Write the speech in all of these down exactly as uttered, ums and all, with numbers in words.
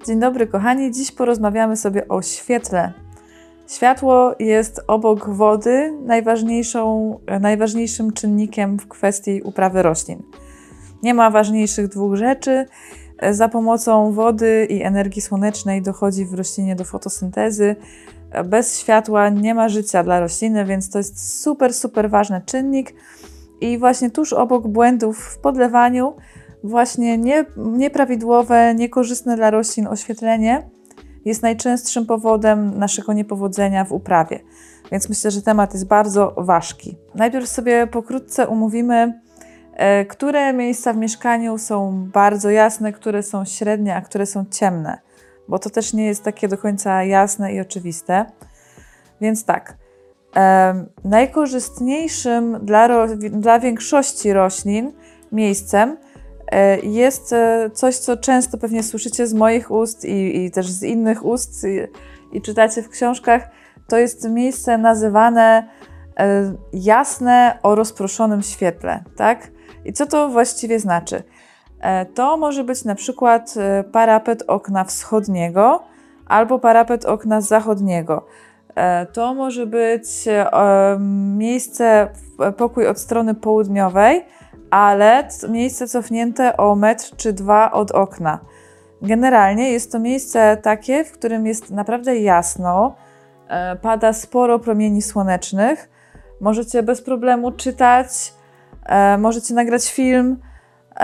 Dzień dobry kochani, dziś porozmawiamy sobie o świetle. Światło jest obok wody najważniejszą, najważniejszym czynnikiem w kwestii uprawy roślin. Nie ma ważniejszych dwóch rzeczy. Za pomocą wody i energii słonecznej dochodzi w roślinie do fotosyntezy. Bez światła nie ma życia dla rośliny, więc to jest super, super ważny czynnik. I właśnie tuż obok błędów w podlewaniu właśnie nie, nieprawidłowe, niekorzystne dla roślin oświetlenie jest najczęstszym powodem naszego niepowodzenia w uprawie. Więc myślę, że temat jest bardzo ważki. Najpierw sobie pokrótce umówimy, e, które miejsca w mieszkaniu są bardzo jasne, które są średnie, a które są ciemne. Bo to też nie jest takie do końca jasne i oczywiste. Więc tak, e, najkorzystniejszym dla, ro, dla większości roślin miejscem jest coś, co często pewnie słyszycie z moich ust i, i też z innych ust i, i czytacie w książkach. To jest miejsce nazywane e, jasne o rozproszonym świetle, tak? I co to właściwie znaczy? E, to może być na przykład parapet okna wschodniego albo parapet okna zachodniego. E, to może być e, miejsce, pokój od strony południowej, ale miejsce cofnięte o metr czy dwa od okna. Generalnie jest to miejsce takie, w którym jest naprawdę jasno, e, pada sporo promieni słonecznych, możecie bez problemu czytać, e, możecie nagrać film, e,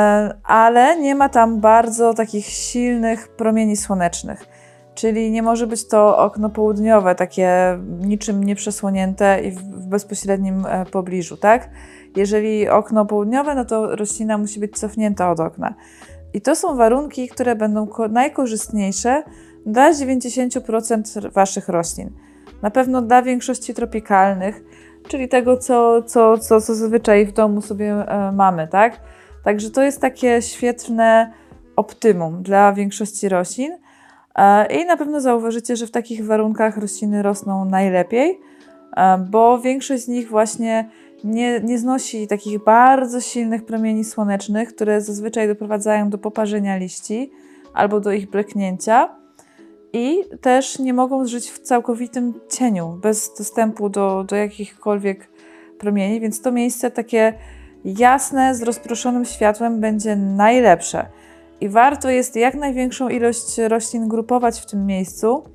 ale nie ma tam bardzo takich silnych promieni słonecznych. Czyli nie może być to okno południowe, takie niczym nieprzesłonięte i w, w bezpośrednim e, pobliżu, tak? Jeżeli okno południowe, no to roślina musi być cofnięta od okna. I to są warunki, które będą najkorzystniejsze dla dziewięćdziesiąt procent Waszych roślin. Na pewno dla większości tropikalnych, czyli tego, co, co, co, co zazwyczaj w domu sobie e, mamy, tak? Także to jest takie świetne optymum dla większości roślin. E, I na pewno zauważycie, że w takich warunkach rośliny rosną najlepiej, e, bo większość z nich właśnie Nie, nie znosi takich bardzo silnych promieni słonecznych, które zazwyczaj doprowadzają do poparzenia liści albo do ich bleknięcia i też nie mogą żyć w całkowitym cieniu, bez dostępu do, do jakichkolwiek promieni, więc to miejsce takie jasne, z rozproszonym światłem będzie najlepsze. I warto jest jak największą ilość roślin grupować w tym miejscu.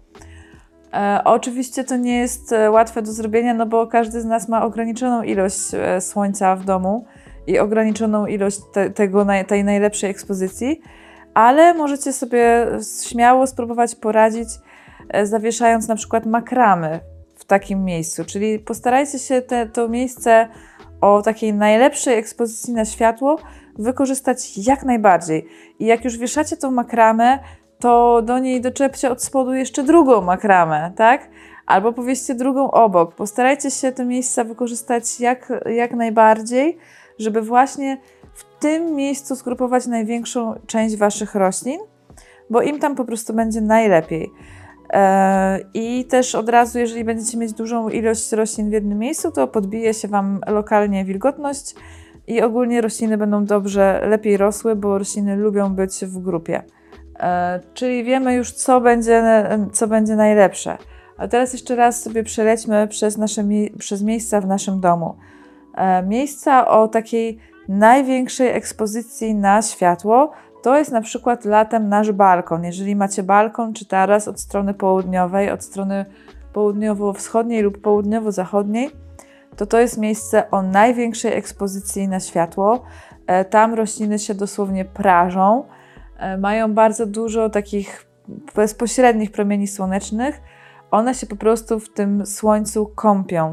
E, oczywiście to nie jest łatwe do zrobienia, no bo każdy z nas ma ograniczoną ilość e, słońca w domu i ograniczoną ilość te, tego, tej najlepszej ekspozycji, ale możecie sobie śmiało spróbować poradzić, e, zawieszając na przykład makramy w takim miejscu, czyli postarajcie się te, to miejsce o takiej najlepszej ekspozycji na światło wykorzystać jak najbardziej. I jak już wieszacie tą makramę, to do niej doczepcie od spodu jeszcze drugą makramę, tak? Albo powieście drugą obok. Postarajcie się te miejsca wykorzystać jak, jak najbardziej, żeby właśnie w tym miejscu zgrupować największą część Waszych roślin, bo im tam po prostu będzie najlepiej. Eee, I też od razu, jeżeli będziecie mieć dużą ilość roślin w jednym miejscu, to podbije się Wam lokalnie wilgotność i ogólnie rośliny będą dobrze, lepiej rosły, bo rośliny lubią być w grupie. E, czyli wiemy już, co będzie, co będzie najlepsze. A teraz jeszcze raz sobie przelećmy przez, nasze, przez miejsca w naszym domu. E, miejsca o takiej największej ekspozycji na światło to jest na przykład latem nasz balkon. Jeżeli macie balkon czy taras od strony południowej, od strony południowo-wschodniej lub południowo-zachodniej, to to jest miejsce o największej ekspozycji na światło. E, tam rośliny się dosłownie prażą. Mają bardzo dużo takich bezpośrednich promieni słonecznych. One się po prostu w tym słońcu kąpią.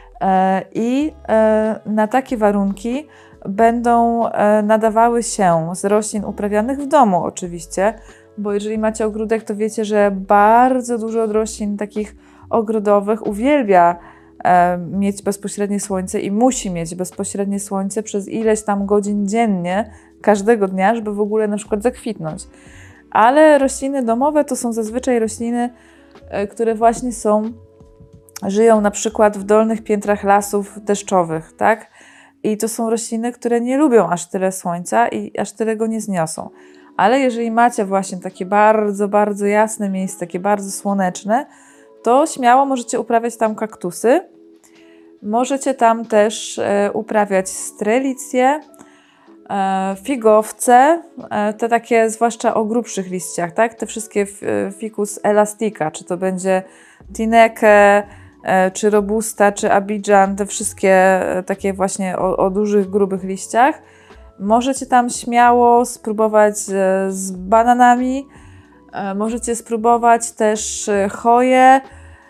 I na takie warunki będą nadawały się z roślin uprawianych w domu oczywiście, bo jeżeli macie ogródek, to wiecie, że bardzo dużo roślin takich ogrodowych uwielbia mieć bezpośrednie słońce i musi mieć bezpośrednie słońce przez ileś tam godzin dziennie, każdego dnia, żeby w ogóle na przykład zakwitnąć. Ale rośliny domowe to są zazwyczaj rośliny, które właśnie są, żyją na przykład w dolnych piętrach lasów deszczowych, tak? I to są rośliny, które nie lubią aż tyle słońca i aż tyle go nie zniosą. Ale jeżeli macie właśnie takie bardzo, bardzo jasne miejsce, takie bardzo słoneczne, to śmiało możecie uprawiać tam kaktusy. Możecie tam też e, uprawiać strelicje, e, figowce, e, te takie zwłaszcza o grubszych liściach, tak? Te wszystkie ficus elastica, czy to będzie tineke, e, czy robusta, czy abidjan, te wszystkie e, takie właśnie o, o dużych, grubych liściach. Możecie tam śmiało spróbować e, z bananami, e, możecie spróbować też e, choje,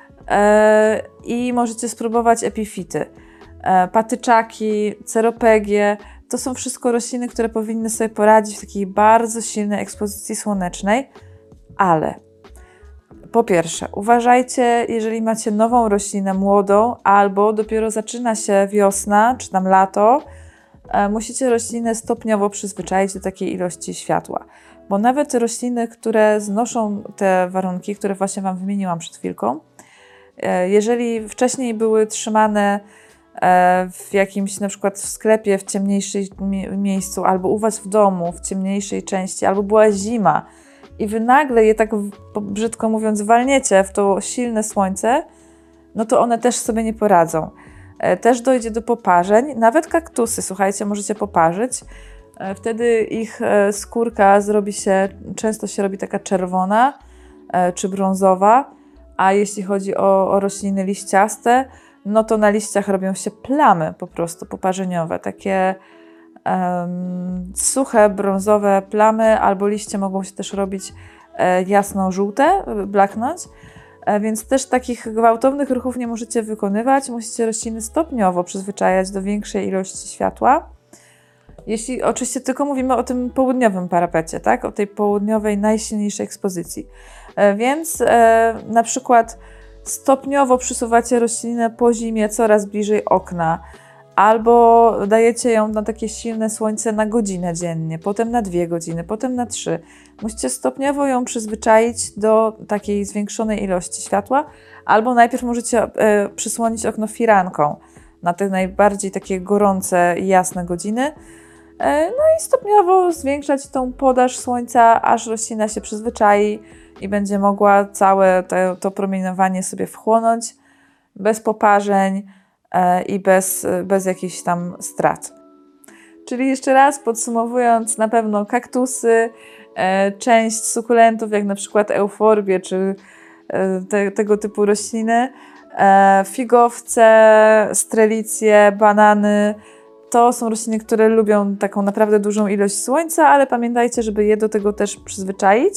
i możecie spróbować epifity. Patyczaki, ceropegie, to są wszystko rośliny, które powinny sobie poradzić w takiej bardzo silnej ekspozycji słonecznej, ale po pierwsze, uważajcie, jeżeli macie nową roślinę młodą albo dopiero zaczyna się wiosna czy tam lato, musicie roślinę stopniowo przyzwyczaić do takiej ilości światła. Bo nawet rośliny, które znoszą te warunki, które właśnie Wam wymieniłam przed chwilką, jeżeli wcześniej były trzymane w jakimś na przykład w sklepie w ciemniejszym miejscu albo u Was w domu w ciemniejszej części, albo była zima i Wy nagle je tak brzydko mówiąc walniecie w to silne słońce, no to one też sobie nie poradzą. Też dojdzie do poparzeń, nawet kaktusy, słuchajcie, możecie poparzyć. Wtedy ich skórka zrobi się, często się robi taka czerwona czy brązowa, a jeśli chodzi o, o rośliny liściaste, no to na liściach robią się plamy po prostu poparzeniowe, takie um, suche, brązowe plamy, albo liście mogą się też robić e, jasno-żółte, blaknąć, e, więc też takich gwałtownych ruchów nie możecie wykonywać, musicie rośliny stopniowo przyzwyczajać do większej ilości światła. Jeśli oczywiście tylko mówimy o tym południowym parapecie, tak? O tej południowej, najsilniejszej ekspozycji. E, więc e, na przykład stopniowo przysuwacie roślinę po zimie coraz bliżej okna, albo dajecie ją na takie silne słońce na godzinę dziennie, potem na dwie godziny, potem na trzy. Musicie stopniowo ją przyzwyczaić do takiej zwiększonej ilości światła, albo najpierw możecie e, przysłonić okno firanką na te najbardziej takie gorące i jasne godziny. No i stopniowo zwiększać tą podaż słońca, aż roślina się przyzwyczai i będzie mogła całe to, to promieniowanie sobie wchłonąć bez poparzeń e, i bez, bez jakichś tam strat. Czyli jeszcze raz podsumowując, na pewno kaktusy, e, część sukulentów, jak na przykład euforbię czy e, te, tego typu rośliny, e, figowce, strelicje, banany. To są rośliny, które lubią taką naprawdę dużą ilość słońca, ale pamiętajcie, żeby je do tego też przyzwyczaić.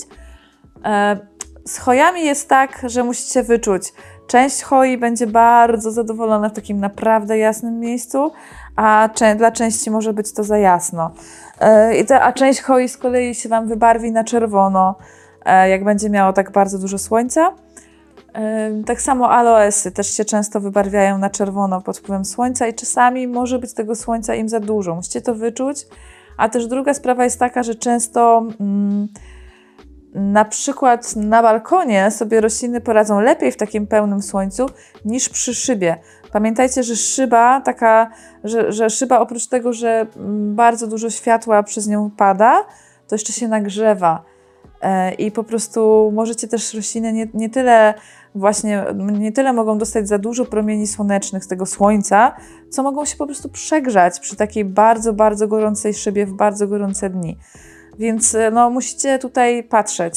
Z chojami jest tak, że musicie wyczuć. Część choi będzie bardzo zadowolona w takim naprawdę jasnym miejscu, a dla części może być to za jasno. A część choi z kolei się Wam wybarwi na czerwono, jak będzie miało tak bardzo dużo słońca. Tak samo aloesy też się często wybarwiają na czerwono pod wpływem słońca i czasami może być tego słońca im za dużo. Musicie to wyczuć. A też druga sprawa jest taka, że często mm, na przykład na balkonie sobie rośliny poradzą lepiej w takim pełnym słońcu niż przy szybie. Pamiętajcie, że szyba taka, że, że szyba oprócz tego, że bardzo dużo światła przez nią pada, to jeszcze się nagrzewa. I po prostu możecie też rośliny nie, nie tyle właśnie, nie tyle mogą dostać za dużo promieni słonecznych z tego słońca, co mogą się po prostu przegrzać przy takiej bardzo, bardzo gorącej szybie w bardzo gorące dni. Więc no, musicie tutaj patrzeć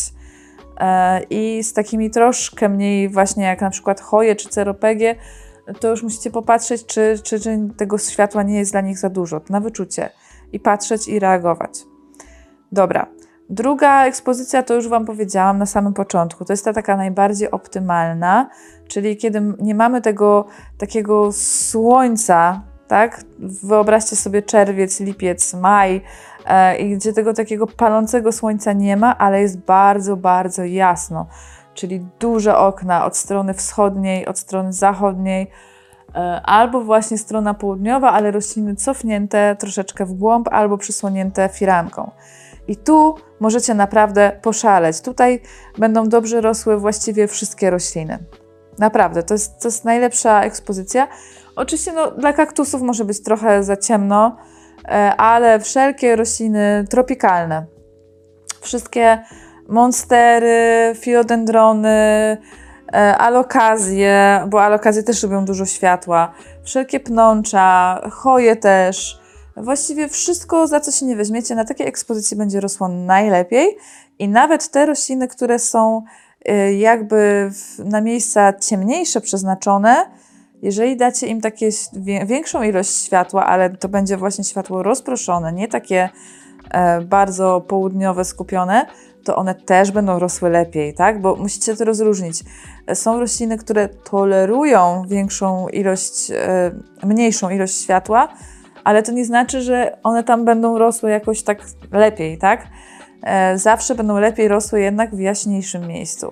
i z takimi troszkę mniej właśnie jak na przykład choje czy ceropegie, to już musicie popatrzeć, czy, czy, czy tego światła nie jest dla nich za dużo, na wyczucie i patrzeć i reagować. Dobra. Druga ekspozycja to już Wam powiedziałam na samym początku. To jest ta taka najbardziej optymalna, czyli kiedy nie mamy tego takiego słońca, tak? Wyobraźcie sobie czerwiec, lipiec, maj, e, i gdzie tego takiego palącego słońca nie ma, ale jest bardzo, bardzo jasno. Czyli duże okna od strony wschodniej, od strony zachodniej, e, albo właśnie strona południowa, ale rośliny cofnięte troszeczkę w głąb, albo przysłonięte firanką. I tu możecie naprawdę poszaleć. Tutaj będą dobrze rosły właściwie wszystkie rośliny. Naprawdę, to jest, to jest najlepsza ekspozycja. Oczywiście no, dla kaktusów może być trochę za ciemno, ale wszelkie rośliny tropikalne, Wszystkie monstery, filodendrony, alokazje, bo alokazje też lubią dużo światła, wszelkie pnącza, choje też. Właściwie wszystko, za co się nie weźmiecie, na takiej ekspozycji będzie rosło najlepiej i nawet te rośliny, które są jakby na miejsca ciemniejsze przeznaczone, jeżeli dacie im takie większą ilość światła, ale to będzie właśnie światło rozproszone, nie takie bardzo południowe, skupione, to one też będą rosły lepiej, tak? Bo musicie to rozróżnić. Są rośliny, które tolerują większą ilość, mniejszą ilość światła, ale to nie znaczy, że one tam będą rosły jakoś tak lepiej, tak? Zawsze będą lepiej rosły jednak w jaśniejszym miejscu.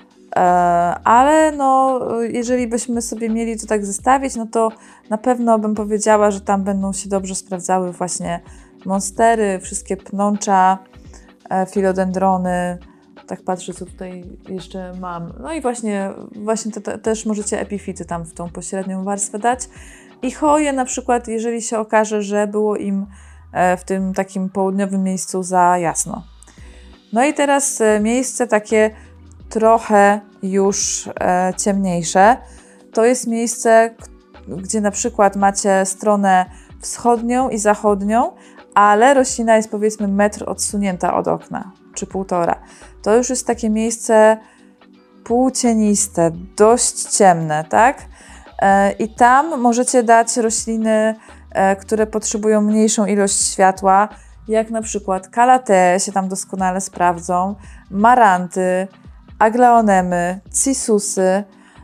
Ale no, jeżeli byśmy sobie mieli to tak zestawić, no to na pewno bym powiedziała, że tam będą się dobrze sprawdzały właśnie monstery, wszystkie pnącza, filodendrony. Tak patrzę, co tutaj jeszcze mam. No i właśnie, właśnie te, te, też możecie epifity tam w tą pośrednią warstwę dać. I choje na przykład, jeżeli się okaże, że było im w tym takim południowym miejscu za jasno. No i teraz miejsce takie trochę już e, ciemniejsze. To jest miejsce, gdzie na przykład macie stronę wschodnią i zachodnią, ale roślina jest powiedzmy metr odsunięta od okna, czy półtora. To już jest takie miejsce półcieniste, dość ciemne, tak? E, I tam możecie dać rośliny, e, które potrzebują mniejszą ilość światła, jak na przykład kalatee się tam doskonale sprawdzą, maranty, aglaonemy, cisusy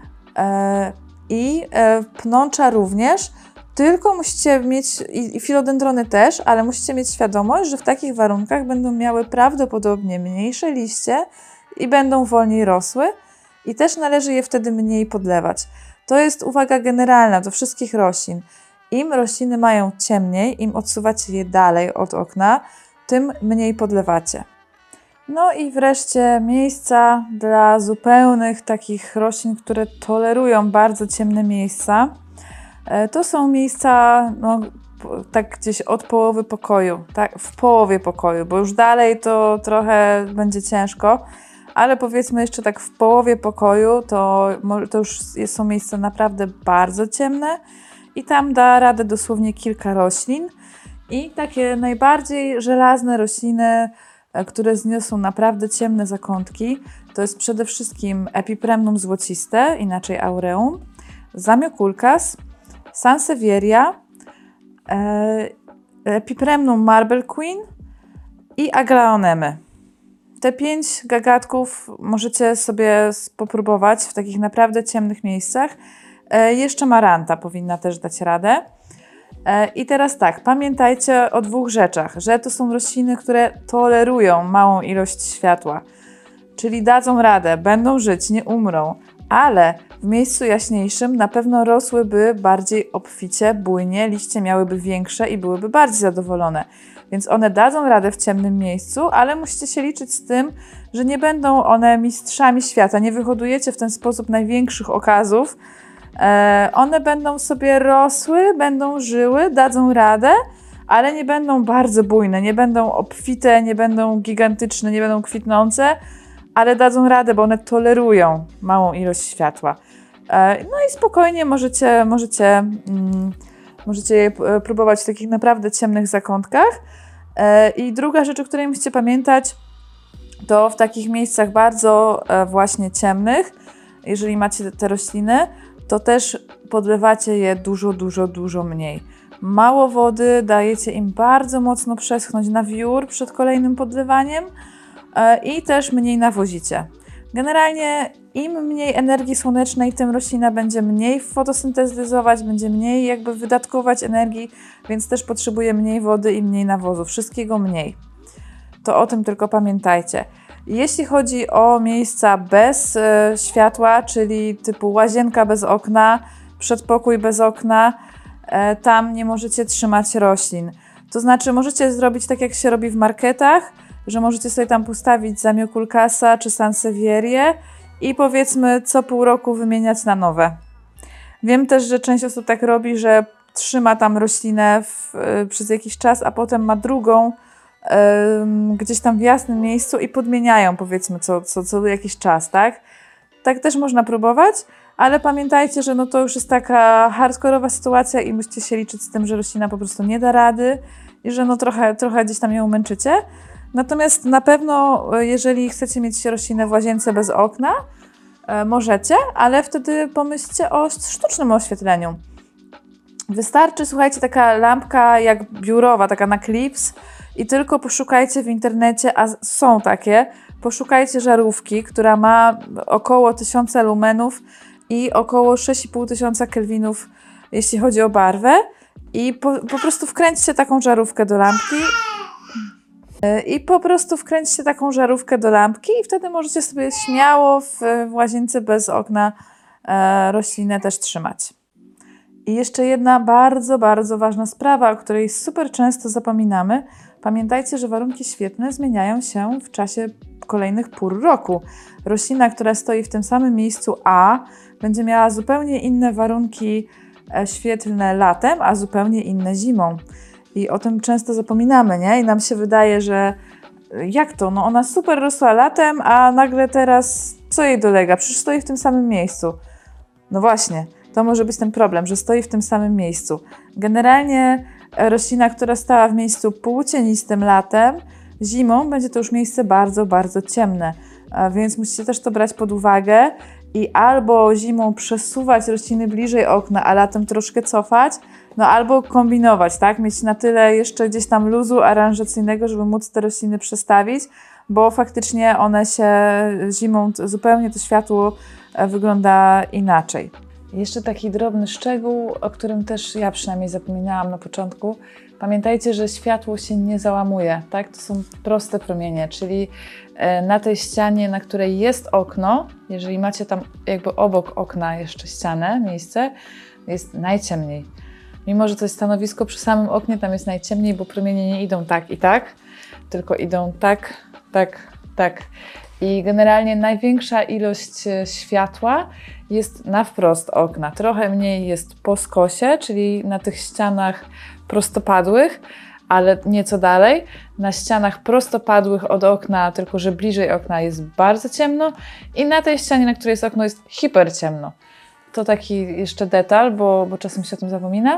e, i e, pnącza również, tylko musicie mieć, i, i filodendrony też, ale musicie mieć świadomość, że w takich warunkach będą miały prawdopodobnie mniejsze liście i będą wolniej rosły i też należy je wtedy mniej podlewać. To jest uwaga generalna do wszystkich roślin. Im rośliny mają ciemniej, im odsuwacie je dalej od okna, tym mniej podlewacie. No i wreszcie miejsca dla zupełnych takich roślin, które tolerują bardzo ciemne miejsca. To są miejsca no, tak gdzieś od połowy pokoju, tak, w połowie pokoju, bo już dalej to trochę będzie ciężko, ale powiedzmy jeszcze tak w połowie pokoju to, to już są miejsca naprawdę bardzo ciemne i tam da radę dosłownie kilka roślin i takie najbardziej żelazne rośliny, które zniosą naprawdę ciemne zakątki, to jest przede wszystkim Epipremnum złociste, inaczej aureum, Zamioculcas, Sansevieria, Epipremnum Marble Queen i Aglaonemy. Te pięć gagatków możecie sobie popróbować w takich naprawdę ciemnych miejscach. Jeszcze Maranta powinna też dać radę. I teraz tak, pamiętajcie o dwóch rzeczach, że to są rośliny, które tolerują małą ilość światła, czyli dadzą radę, będą żyć, nie umrą, ale w miejscu jaśniejszym na pewno rosłyby bardziej obficie, bujnie, liście miałyby większe i byłyby bardziej zadowolone. Więc one dadzą radę w ciemnym miejscu, ale musicie się liczyć z tym, że nie będą one mistrzami świata, nie wyhodujecie w ten sposób największych okazów. E, one będą sobie rosły, będą żyły, dadzą radę, ale nie będą bardzo bujne, nie będą obfite, nie będą gigantyczne, nie będą kwitnące, ale dadzą radę, bo one tolerują małą ilość światła. E, no i spokojnie możecie, możecie, mm, możecie je próbować w takich naprawdę ciemnych zakątkach. E, I druga rzecz, o której musicie pamiętać, to w takich miejscach bardzo e, właśnie ciemnych, jeżeli macie te rośliny, to też podlewacie je dużo, dużo, dużo mniej. Mało wody, dajecie im bardzo mocno przeschnąć na wiór przed kolejnym podlewaniem i też mniej nawozicie. Generalnie im mniej energii słonecznej, tym roślina będzie mniej fotosyntetyzować, będzie mniej jakby wydatkować energii, więc też potrzebuje mniej wody i mniej nawozu, wszystkiego mniej. To o tym tylko pamiętajcie. Jeśli chodzi o miejsca bez e, światła, czyli typu łazienka bez okna, przedpokój bez okna, e, tam nie możecie trzymać roślin. To znaczy możecie zrobić tak, jak się robi w marketach, że możecie sobie tam postawić Zamioculcasa czy Sansevierię i powiedzmy co pół roku wymieniać na nowe. Wiem też, że część osób tak robi, że trzyma tam roślinę w, e, przez jakiś czas, a potem ma drugą, gdzieś tam w jasnym miejscu i podmieniają, powiedzmy, co, co, co jakiś czas, tak? Tak też można próbować, ale pamiętajcie, że no to już jest taka hardkorowa sytuacja i musicie się liczyć z tym, że roślina po prostu nie da rady i że no trochę, trochę gdzieś tam ją męczycie. Natomiast na pewno, jeżeli chcecie mieć roślinę w łazience bez okna, możecie, ale wtedy pomyślcie o sztucznym oświetleniu. Wystarczy, słuchajcie, taka lampka jak biurowa, taka na klips i tylko poszukajcie w internecie, a są takie, poszukajcie żarówki, która ma około tysiąc lumenów i około sześć i pół tysiąca kelwinów, jeśli chodzi o barwę, i po, po prostu wkręćcie taką żarówkę do lampki i po prostu wkręćcie taką żarówkę do lampki i wtedy możecie sobie śmiało w, w łazience bez okna e, roślinę też trzymać. I jeszcze jedna bardzo, bardzo ważna sprawa, o której super często zapominamy. Pamiętajcie, że warunki świetlne zmieniają się w czasie kolejnych pór roku. Roślina, która stoi w tym samym miejscu A, będzie miała zupełnie inne warunki świetlne latem, a zupełnie inne zimą. I o tym często zapominamy, nie? I nam się wydaje, że jak to? No ona super rosła latem, a nagle teraz co jej dolega? Przecież stoi w tym samym miejscu. No właśnie, to może być ten problem, że stoi w tym samym miejscu. Generalnie roślina, która stała w miejscu półcienistym latem, zimą będzie to już miejsce bardzo, bardzo ciemne. A więc musicie też to brać pod uwagę i albo zimą przesuwać rośliny bliżej okna, a latem troszkę cofać, no albo kombinować, tak? Mieć na tyle jeszcze gdzieś tam luzu aranżacyjnego, żeby móc te rośliny przestawić, bo faktycznie one się zimą, zupełnie to światło wygląda inaczej. Jeszcze taki drobny szczegół, o którym też ja przynajmniej zapominałam na początku. Pamiętajcie, że światło się nie załamuje, tak? To są proste promienie, czyli na tej ścianie, na której jest okno, jeżeli macie tam jakby obok okna jeszcze ścianę, miejsce, jest najciemniej. Mimo że to jest stanowisko przy samym oknie, tam jest najciemniej, bo promienie nie idą tak i tak, tylko idą tak, tak, tak. I generalnie największa ilość światła jest na wprost okna. Trochę mniej jest po skosie, czyli na tych ścianach prostopadłych, ale nieco dalej. Na ścianach prostopadłych od okna, tylko że bliżej okna jest bardzo ciemno i na tej ścianie, na której jest okno, jest hiperciemno. To taki jeszcze detal, bo, bo czasem się o tym zapomina.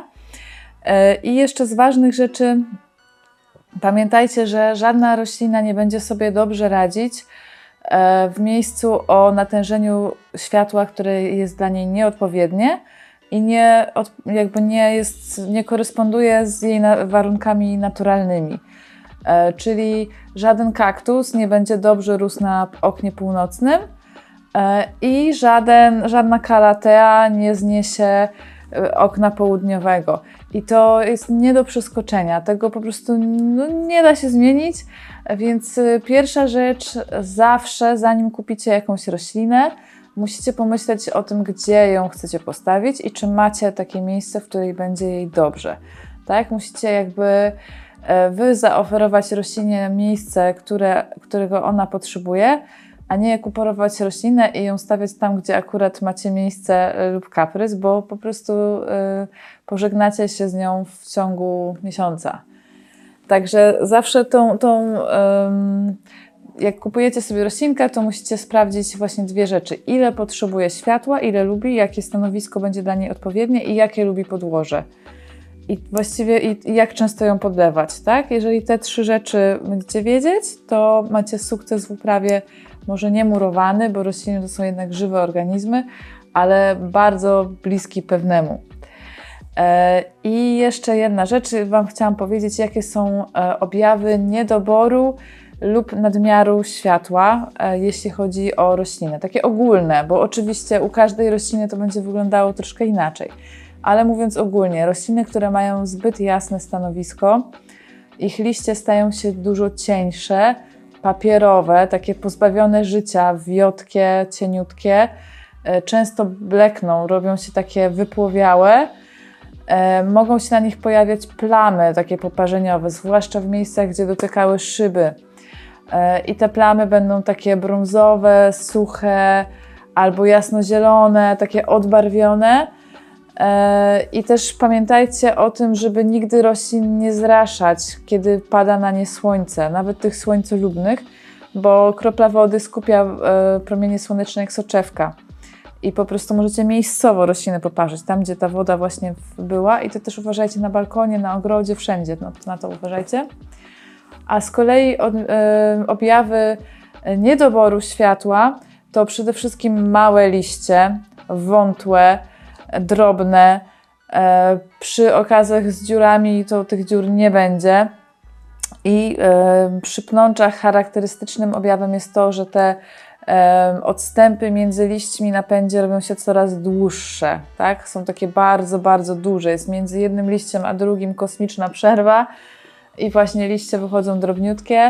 I jeszcze z ważnych rzeczy pamiętajcie, że żadna roślina nie będzie sobie dobrze radzić w miejscu o natężeniu światła, które jest dla niej nieodpowiednie i nie, jakby nie, jest, nie koresponduje z jej na, warunkami naturalnymi. E, czyli żaden kaktus nie będzie dobrze rósł na oknie północnym e, i żaden, żadna kalatea nie zniesie okna południowego. I to jest nie do przeskoczenia. Tego po prostu no, nie da się zmienić. Więc pierwsza rzecz, zawsze zanim kupicie jakąś roślinę, musicie pomyśleć o tym, gdzie ją chcecie postawić i czy macie takie miejsce, w którym będzie jej dobrze. Tak? Musicie jakby wy zaoferować roślinie miejsce, które, którego ona potrzebuje, a nie kupować roślinę i ją stawiać tam, gdzie akurat macie miejsce lub kaprys, bo po prostu y, pożegnacie się z nią w ciągu miesiąca. Także zawsze tą, tą um, jak kupujecie sobie roślinkę, to musicie sprawdzić właśnie dwie rzeczy. Ile potrzebuje światła, ile lubi, jakie stanowisko będzie dla niej odpowiednie i jakie lubi podłoże. I właściwie i, i jak często ją podlewać, tak? Jeżeli te trzy rzeczy będziecie wiedzieć, to macie sukces w uprawie, może nie murowany, bo rośliny to są jednak żywe organizmy, ale bardzo bliski pewnemu. I jeszcze jedna rzecz, Wam chciałam powiedzieć, jakie są objawy niedoboru lub nadmiaru światła, jeśli chodzi o rośliny. Takie ogólne, bo oczywiście u każdej rośliny to będzie wyglądało troszkę inaczej. Ale mówiąc ogólnie, rośliny, które mają zbyt jasne stanowisko, ich liście stają się dużo cieńsze, papierowe, takie pozbawione życia, wiotkie, cieniutkie, często blekną, robią się takie wypłowiałe. E, mogą się na nich pojawiać plamy takie poparzeniowe, zwłaszcza w miejscach, gdzie dotykały szyby. E, I te plamy będą takie brązowe, suche albo jasnozielone, takie odbarwione. I też pamiętajcie o tym, żeby nigdy roślin nie zraszać, kiedy pada na nie słońce, nawet tych słońcolubnych, bo kropla wody skupia promienie słoneczne jak soczewka. I po prostu możecie miejscowo rośliny poparzyć, tam gdzie ta woda właśnie była. I to też uważajcie na balkonie, na ogrodzie, wszędzie, no, na to uważajcie. A z kolei od, y, objawy niedoboru światła to przede wszystkim małe liście, wątłe, drobne. Y, przy okazjach z dziurami to tych dziur nie będzie. I y, przy pnączach charakterystycznym objawem jest to, że te odstępy między liśćmi na pędzie robią się coraz dłuższe, tak? Są takie bardzo, bardzo duże. Jest między jednym liściem a drugim kosmiczna przerwa i właśnie liście wychodzą drobniutkie.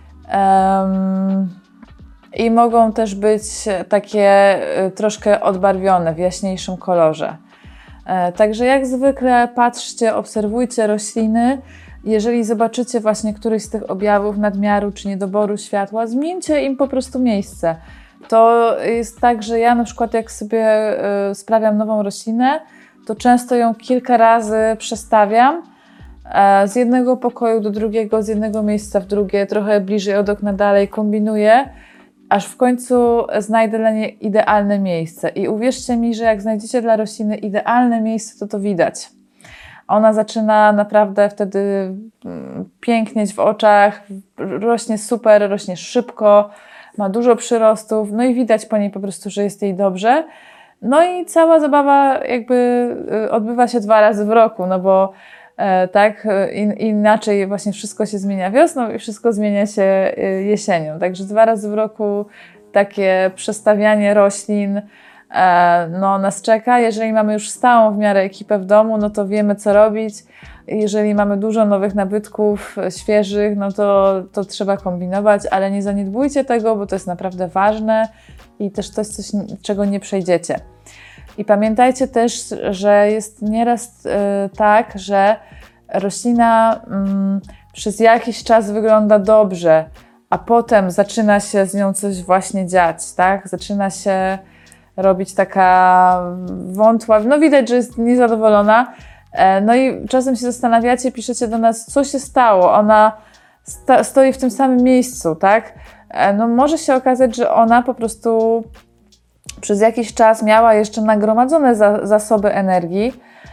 Um, I mogą też być takie troszkę odbarwione w jaśniejszym kolorze. E, także jak zwykle patrzcie, obserwujcie rośliny. Jeżeli zobaczycie właśnie któryś z tych objawów nadmiaru czy niedoboru światła, zmieńcie im po prostu miejsce. To jest tak, że ja na przykład jak sobie y, sprawiam nową roślinę, to często ją kilka razy przestawiam e, z jednego pokoju do drugiego, z jednego miejsca w drugie, trochę bliżej od okna dalej, kombinuję, aż w końcu znajdę dla niej idealne miejsce. I uwierzcie mi, że jak znajdziecie dla rośliny idealne miejsce, to to widać. Ona zaczyna naprawdę wtedy pięknieć w oczach, rośnie super, rośnie szybko, ma dużo przyrostów, no i widać po niej po prostu, że jest jej dobrze. No i cała zabawa jakby odbywa się dwa razy w roku, no bo e, tak in, inaczej właśnie wszystko się zmienia wiosną i wszystko zmienia się jesienią. Także dwa razy w roku takie przestawianie roślin no, nas czeka. Jeżeli mamy już stałą w miarę ekipę w domu, no to wiemy, co robić. Jeżeli mamy dużo nowych nabytków, świeżych, no to, to trzeba kombinować, ale nie zaniedbujcie tego, bo to jest naprawdę ważne i też to jest coś, czego nie przejdziecie. I pamiętajcie też, że jest nieraz y, tak, że roślina y, przez jakiś czas wygląda dobrze, a potem zaczyna się z nią coś właśnie dziać, tak? Zaczyna się robić taka wątła, no widać, że jest niezadowolona. No i czasem się zastanawiacie, piszecie do nas, co się stało, ona sta- stoi w tym samym miejscu, tak? No może się okazać, że ona po prostu przez jakiś czas miała jeszcze nagromadzone za- zasoby energii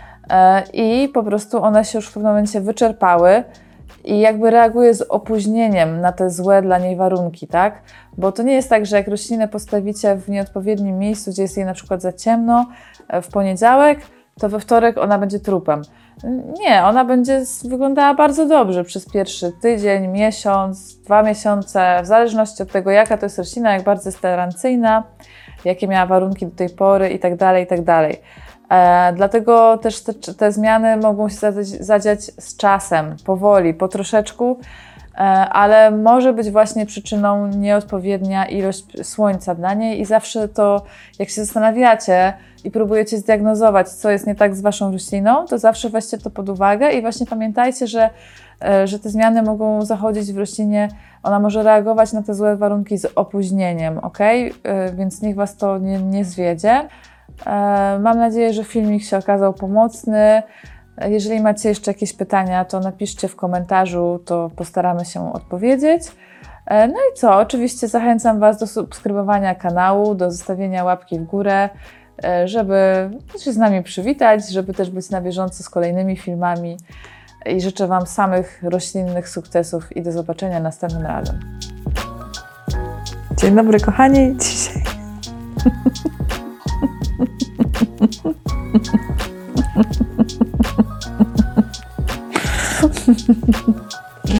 i po prostu one się już w pewnym momencie wyczerpały i jakby reaguje z opóźnieniem na te złe dla niej warunki, tak? Bo to nie jest tak, że jak roślinę postawicie w nieodpowiednim miejscu, gdzie jest jej na przykład za ciemno w poniedziałek, to we wtorek ona będzie trupem. Nie, ona będzie wyglądała bardzo dobrze przez pierwszy tydzień, miesiąc, dwa miesiące, w zależności od tego, jaka to jest roślina, jak bardzo jest tolerancyjna, jakie miała warunki do tej pory i tak dalej, i tak dalej. E, dlatego też te, te zmiany mogą się zadziać, zadziać z czasem, powoli, po troszeczku, e, ale może być właśnie przyczyną nieodpowiednia ilość słońca dla niej i zawsze to, jak się zastanawiacie i próbujecie zdiagnozować, co jest nie tak z waszą rośliną, to zawsze weźcie to pod uwagę i właśnie pamiętajcie, że, e, że te zmiany mogą zachodzić w roślinie, ona może reagować na te złe warunki z opóźnieniem, ok? E, więc niech was to nie, nie zwiedzie. Mam nadzieję, że filmik się okazał pomocny. Jeżeli macie jeszcze jakieś pytania, to napiszcie w komentarzu, to postaramy się odpowiedzieć. No i co? Oczywiście zachęcam was do subskrybowania kanału, do zostawienia łapki w górę, żeby się z nami przywitać, żeby też być na bieżąco z kolejnymi filmami. I życzę wam samych roślinnych sukcesów i do zobaczenia następnym razem. Dzień dobry kochani. Dzisiaj